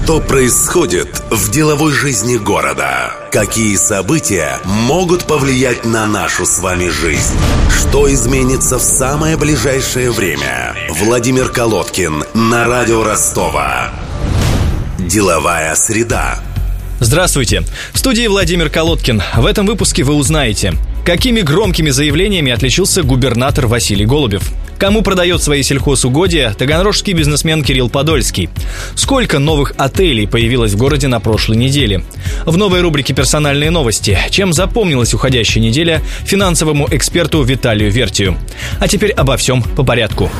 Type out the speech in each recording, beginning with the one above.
Что происходит в деловой жизни города? Какие события могут повлиять на нашу с вами жизнь? Что изменится в самое ближайшее время? Владимир Колодкин на радио Ростова. Деловая среда. Здравствуйте! В студии Владимир Колодкин. В этом выпуске вы узнаете, какими громкими заявлениями отличился губернатор Василий Голубев, кому продает свои сельхозугодия таганрожский бизнесмен Кирилл Подольский, сколько новых отелей появилось в городе на прошлой неделе. В новой рубрике «Персональные новости» чем запомнилась уходящая неделя финансовому эксперту Виталию Вертию. А теперь обо всем по порядку.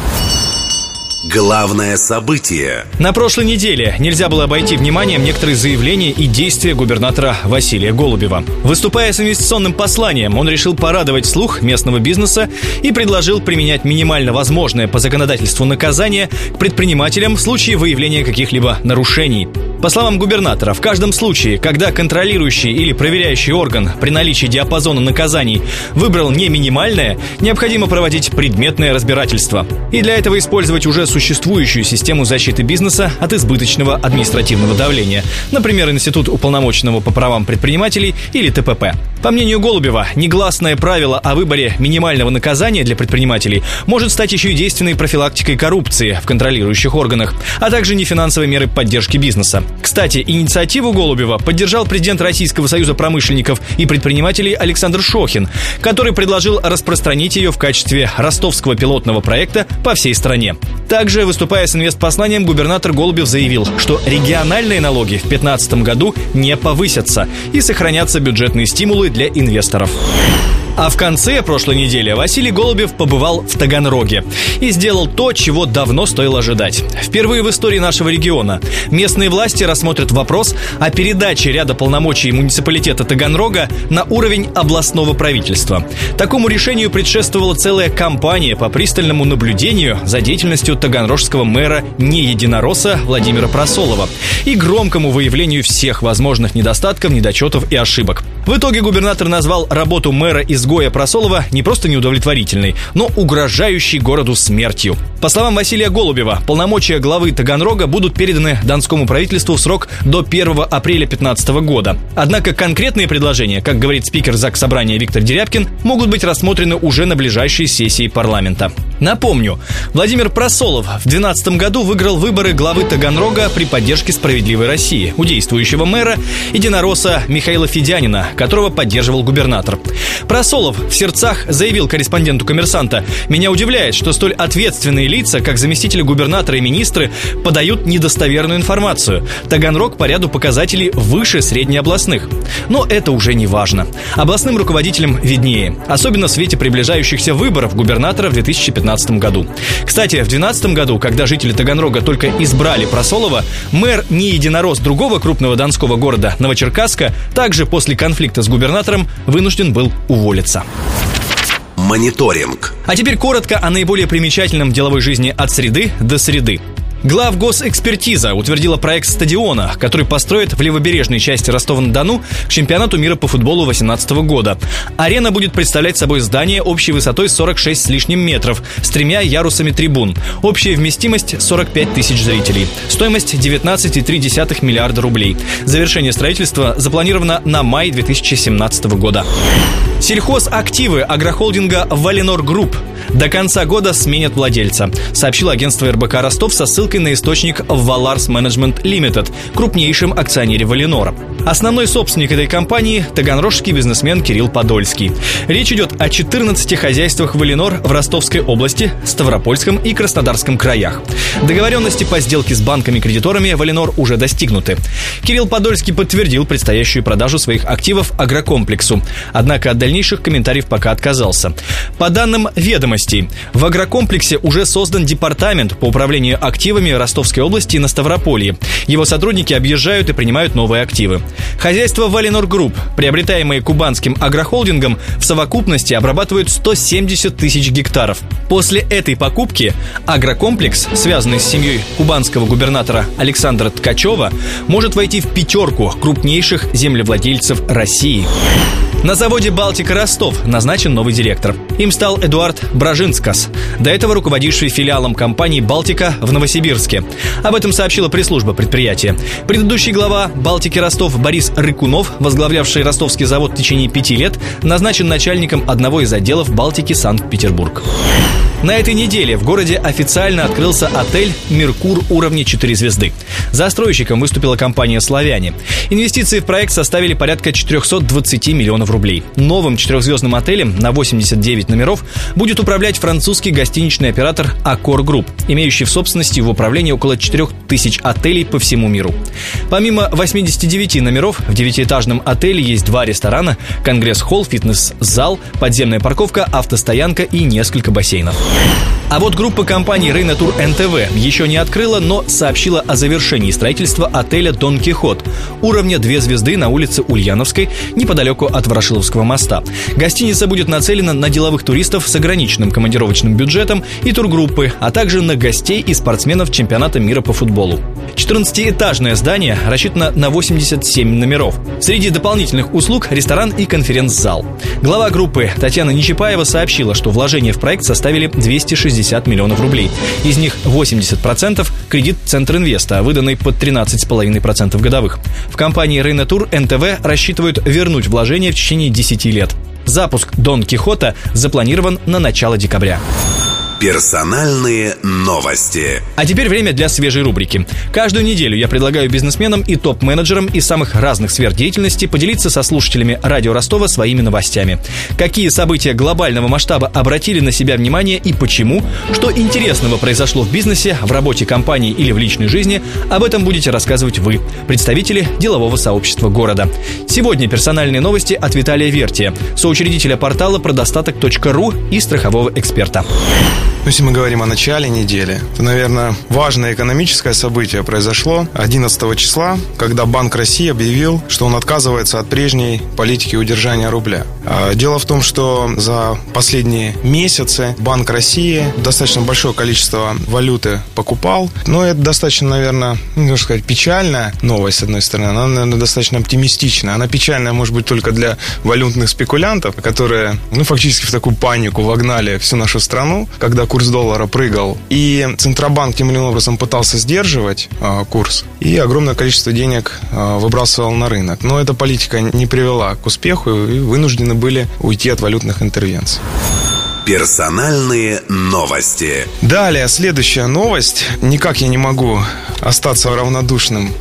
Главное событие. На прошлой неделе нельзя было обойти вниманием некоторые заявления и действия губернатора Василия Голубева. Выступая с инвестиционным посланием, он решил порадовать слух местного бизнеса и предложил применять минимально возможное по законодательству наказание к предпринимателям в случае выявления каких-либо нарушений. По словам губернатора, в каждом случае, когда контролирующий или проверяющий орган при наличии диапазона наказаний выбрал не минимальное, необходимо проводить предметное разбирательство. И для этого использовать уже существующую систему защиты бизнеса от избыточного административного давления, например, Институт уполномоченного по правам предпринимателей или ТПП. По мнению Голубева, негласное правило о выборе минимального наказания для предпринимателей может стать еще и действенной профилактикой коррупции в контролирующих органах, а также нефинансовой мерой поддержки бизнеса. Кстати, инициативу Голубева поддержал президент Российского союза промышленников и предпринимателей Александр Шохин, который предложил распространить ее в качестве ростовского пилотного проекта по всей стране. Также, выступая с инвестпосланием, губернатор Голубев заявил, что региональные налоги в 2015 году не повысятся и сохранятся бюджетные стимулы для инвесторов. А в конце прошлой недели Василий Голубев побывал в Таганроге и сделал то, чего давно стоило ожидать. Впервые в истории нашего региона местные власти рассмотрят вопрос о передаче ряда полномочий муниципалитета Таганрога на уровень областного правительства. Такому решению предшествовала целая кампания по пристальному наблюдению за деятельностью таганрожского мэра не-единоросса Владимира Просолова и громкому выявлению всех возможных недостатков, недочетов и ошибок. В итоге губернатор назвал работу мэра-изгоя Просолова не просто неудовлетворительной, но угрожающей городу смертью. По словам Василия Голубева, полномочия главы Таганрога будут переданы донскому правительству в срок до 1 апреля 2015 года. Однако конкретные предложения, как говорит спикер Заксобрания Виктор Дерябкин, могут быть рассмотрены уже на ближайшей сессии парламента. Напомню, Владимир Просолов в 2012 году выиграл выборы главы Таганрога при поддержке «Справедливой России» у действующего мэра единоросса Михаила Федянина, которого поддерживал губернатор. Просолов в сердцах заявил корреспонденту «Коммерсанта»: «Меня удивляет, что столь ответственные лица, как заместители губернатора и министры, подают недостоверную информацию. Таганрог по ряду показателей выше среднеобластных». Но это уже не важно. Областным руководителям виднее, особенно в свете приближающихся выборов губернатора в 2015 году. Кстати, в 2012 году, когда жители Таганрога только избрали Просолова, мэр не-единорос другого крупного донского города, Новочеркасска, также после конфликта с губернатором вынужден был уволиться. Мониторинг. А теперь коротко о наиболее примечательном в деловой жизни от среды до среды. Главгосэкспертиза утвердила проект стадиона, который построят в левобережной части Ростова-на-Дону к чемпионату мира по футболу 2018 года. Арена будет представлять собой здание общей высотой 46 с лишним метров, с 3 ярусами трибун. Общая вместимость 45 тысяч зрителей. Стоимость 19,3 миллиарда рублей. Завершение строительства запланировано на май 2017 года. Сельхозактивы агрохолдинга «Валинор Групп» до конца года сменят владельца, сообщило агентство РБК Ростов со ссылкой на источник в Valars Management Limited, крупнейшем акционере Валинора. Основной собственник этой компании – таганрожский бизнесмен Кирилл Подольский. Речь идет о 14 хозяйствах Валинор в Ростовской области, Ставропольском и Краснодарском краях. Договоренности по сделке с банками-кредиторами Валинор уже достигнуты. Кирилл Подольский подтвердил предстоящую продажу своих активов агрокомплексу, однако от дальнейших комментариев пока отказался. По данным ведомостей, в агрокомплексе уже создан департамент по управлению активами Ростовской области и на Ставрополье. Его сотрудники объезжают и принимают новые активы. Хозяйство Валинор Групп, приобретаемые кубанским агрохолдингом, в совокупности обрабатывают 170 тысяч гектаров. После этой покупки агрокомплекс, связанный с семьей кубанского губернатора Александра Ткачева, может войти в 5 крупнейших землевладельцев России. На заводе «Балтика» Ростов назначен новый директор. Им стал Эдуард Бражинскас, до этого руководивший филиалом компании «Балтика» в Новосибирске. Об этом сообщила пресс-служба предприятия. Предыдущий глава «Балтики» Ростов Борис Рыкунов, возглавлявший ростовский завод в течение 5 лет, назначен начальником одного из отделов «Балтики» Санкт-Петербург. На этой неделе в городе официально открылся отель «Меркур» уровня 4 звезды. Застройщиком выступила компания «Славяне». Инвестиции в проект составили порядка 420 миллионов рублей. Новым 4-звездным отелем на 89 номеров будет управлять французский гостиничный оператор Accor Group, имеющий в собственности в управлении около 4000 отелей по всему миру. Помимо 89 номеров, в 9-этажном отеле есть 2 ресторана, конгресс-холл, фитнес-зал, подземная парковка, автостоянка и несколько бассейнов. А вот группа компаний Рейнатур НТВ еще не открыла, но сообщила о завершении строительства отеля «Дон Кихот» уровня 2 звезды на улице Ульяновской, неподалеку от Ворошиловского моста. Гостиница будет нацелена на деловых туристов с ограниченным командировочным бюджетом и тургруппы, а также на гостей и спортсменов чемпионата мира по футболу. 14-этажное здание рассчитано на 87 номеров. Среди дополнительных услуг – ресторан и конференц-зал. Глава группы Татьяна Нечапаева сообщила, что вложения в проект составили 260 миллионов рублей. Из них 80% – кредит Центринвеста, выданный под 13,5% годовых. В компании Рейнатур НТВ рассчитывают вернуть вложения в течение 10 лет. Запуск Дон Кихота запланирован на начало декабря. Персональные новости. А теперь время для свежей рубрики. Каждую неделю я предлагаю бизнесменам и топ-менеджерам из самых разных сфер деятельности поделиться со слушателями радио Ростова своими новостями. Какие события глобального масштаба обратили на себя внимание и почему? Что интересного произошло в бизнесе, в работе компании или в личной жизни? Об этом будете рассказывать вы, представители делового сообщества города. Сегодня персональные новости от Виталия Вертия, соучредителя портала продостаток.ру и страхового эксперта. Если мы говорим о начале недели, то, наверное, важное экономическое событие произошло 11 числа, когда Банк России объявил, что он отказывается от прежней политики удержания рубля. Дело в том, что за последние месяцы Банк России достаточно большое количество валюты покупал, но это достаточно, наверное, можно сказать, печальная новость, с одной стороны, она, наверное, достаточно оптимистичная. Она печальная, может быть, только для валютных спекулянтов, которые, фактически в такую панику вогнали всю нашу страну, когда курс доллара прыгал. И Центробанк тем или иным образом пытался сдерживать курс, и огромное количество денег выбрасывал на рынок. Но эта политика не привела к успеху, и вынуждены были уйти от валютных интервенций. Персональные новости. Далее, следующая новость. Никак я не могу остаться равнодушным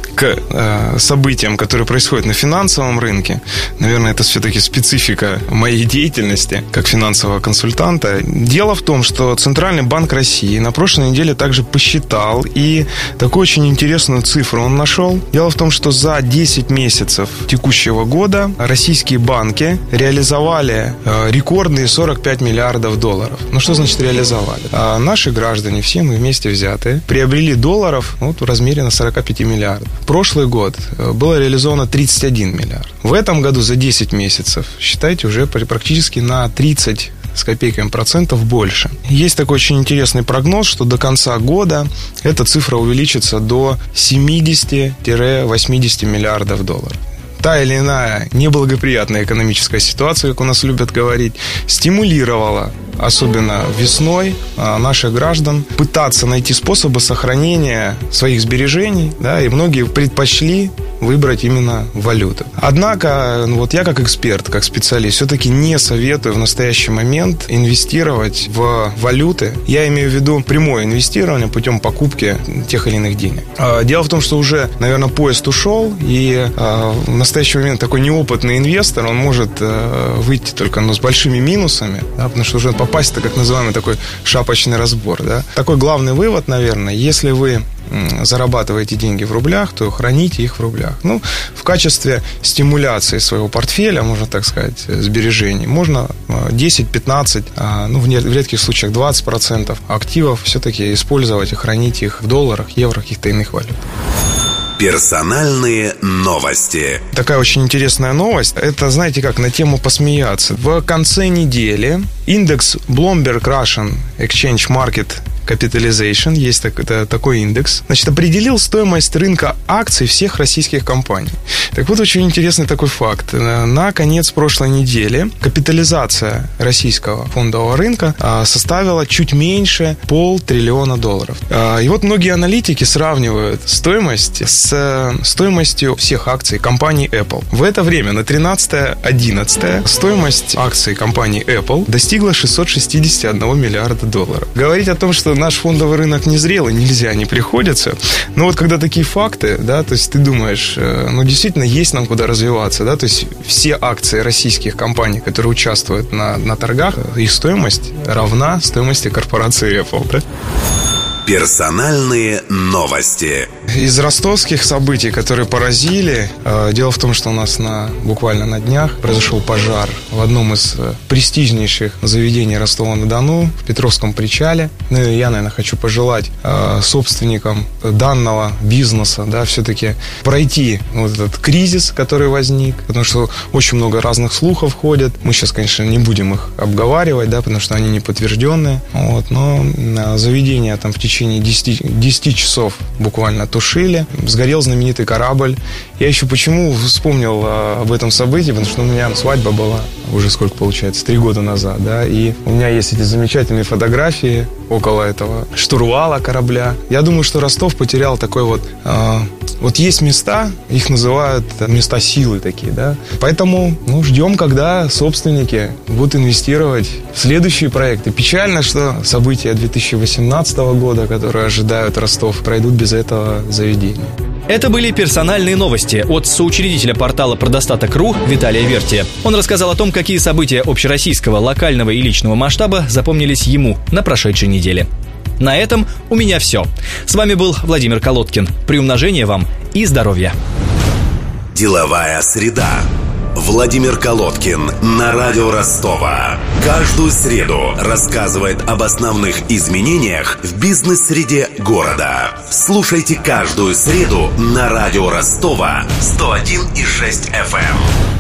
к событиям, которые происходят на финансовом рынке. Наверное, это все-таки специфика моей деятельности как финансового консультанта. Дело в том, что Центральный банк России на прошлой неделе также посчитал, и такую очень интересную цифру он нашел. Дело в том, что за 10 месяцев текущего года российские банки реализовали рекордные 45 миллиардов долларов. Ну, что значит реализовали? Наши граждане, все мы вместе взятые, приобрели долларов в размере на 45 миллиардов. Прошлый год было реализовано 31 миллиард. В этом году за 10 месяцев, считайте, уже практически на 30 с копейками процентов больше. Есть такой очень интересный прогноз, что до конца года эта цифра увеличится до 70-80 миллиардов долларов. Та или иная неблагоприятная экономическая ситуация, как у нас любят говорить, стимулировала, особенно весной, наших граждан пытаться найти способы сохранения своих сбережений, да, и многие предпочли выбрать именно валюту. Однако, я как эксперт, как специалист, все-таки не советую в настоящий момент инвестировать в валюты. Я имею в виду прямое инвестирование путем покупки тех или иных денег. Дело в том, что уже, наверное, поезд ушел, и в настоящий момент такой неопытный инвестор, он может выйти только с большими минусами, да, потому что уже попасть в так называемый такой шапочный разбор. Да. Такой главный вывод, наверное, если вы зарабатываете деньги в рублях, то храните их в рублях. В качестве стимуляции своего портфеля, можно так сказать, сбережений, можно 10-15, в редких случаях 20% активов все-таки использовать и хранить их в долларах, евро, каких-то иных валют. Персональные новости. Такая очень интересная новость. Это, знаете как, на тему посмеяться. В конце недели индекс Bloomberg Russian Exchange Market Capitalization, есть такой индекс, значит, определил стоимость рынка акций всех российских компаний. Так вот, очень интересный такой факт. На конец прошлой недели капитализация российского фондового рынка составила чуть меньше $500 триллиона. И вот многие аналитики сравнивают стоимость с стоимостью всех акций компании Apple. В это время, на 13-11, стоимость акций компании Apple достигла $661 миллиарда. Говорить о том, что наш фондовый рынок незрелый, нельзя, не приходится. Но вот когда такие факты, да, то есть ты думаешь, ну, действительно, есть нам куда развиваться, да, то есть все акции российских компаний, которые участвуют на торгах, их стоимость равна стоимости корпорации Apple, да? Персональные новости. Из ростовских событий, которые поразили, дело в том, что у нас буквально на днях произошел пожар в одном из престижнейших заведений Ростова-на-Дону, в Петровском причале. Ну, и я, наверное, хочу пожелать собственникам данного бизнеса, да, все-таки пройти вот этот кризис, который возник, потому что очень много разных слухов ходят. Мы сейчас, конечно, не будем их обговаривать, да, потому что они не подтвержденные. Вот, но заведение там в течение 10 часов буквально тушили. Сгорел знаменитый корабль. Я еще почему вспомнил об этом событии, потому что у меня свадьба была уже сколько получается, 3 года назад, да, и у меня есть эти замечательные фотографии около этого штурвала корабля. Я думаю, что Ростов потерял такой вот есть места, их называют места силы такие, да. Поэтому, ждем, когда собственники будут инвестировать в следующие проекты. Печально, что события 2018 года, которые ожидают Ростов, пройдут без этого заведения. Это были персональные новости от соучредителя портала «Продостаток.ру» Виталия Верти. Он рассказал о том, какие события общероссийского, локального и личного масштаба запомнились ему на прошедшей неделе. На этом у меня все. С вами был Владимир Колодкин. Приумножения вам и здоровья. Деловая среда. Владимир Колодкин на радио Ростова. Каждую среду рассказывает об основных изменениях в бизнес-среде города. Слушайте каждую среду на радио Ростова 101,6 FM.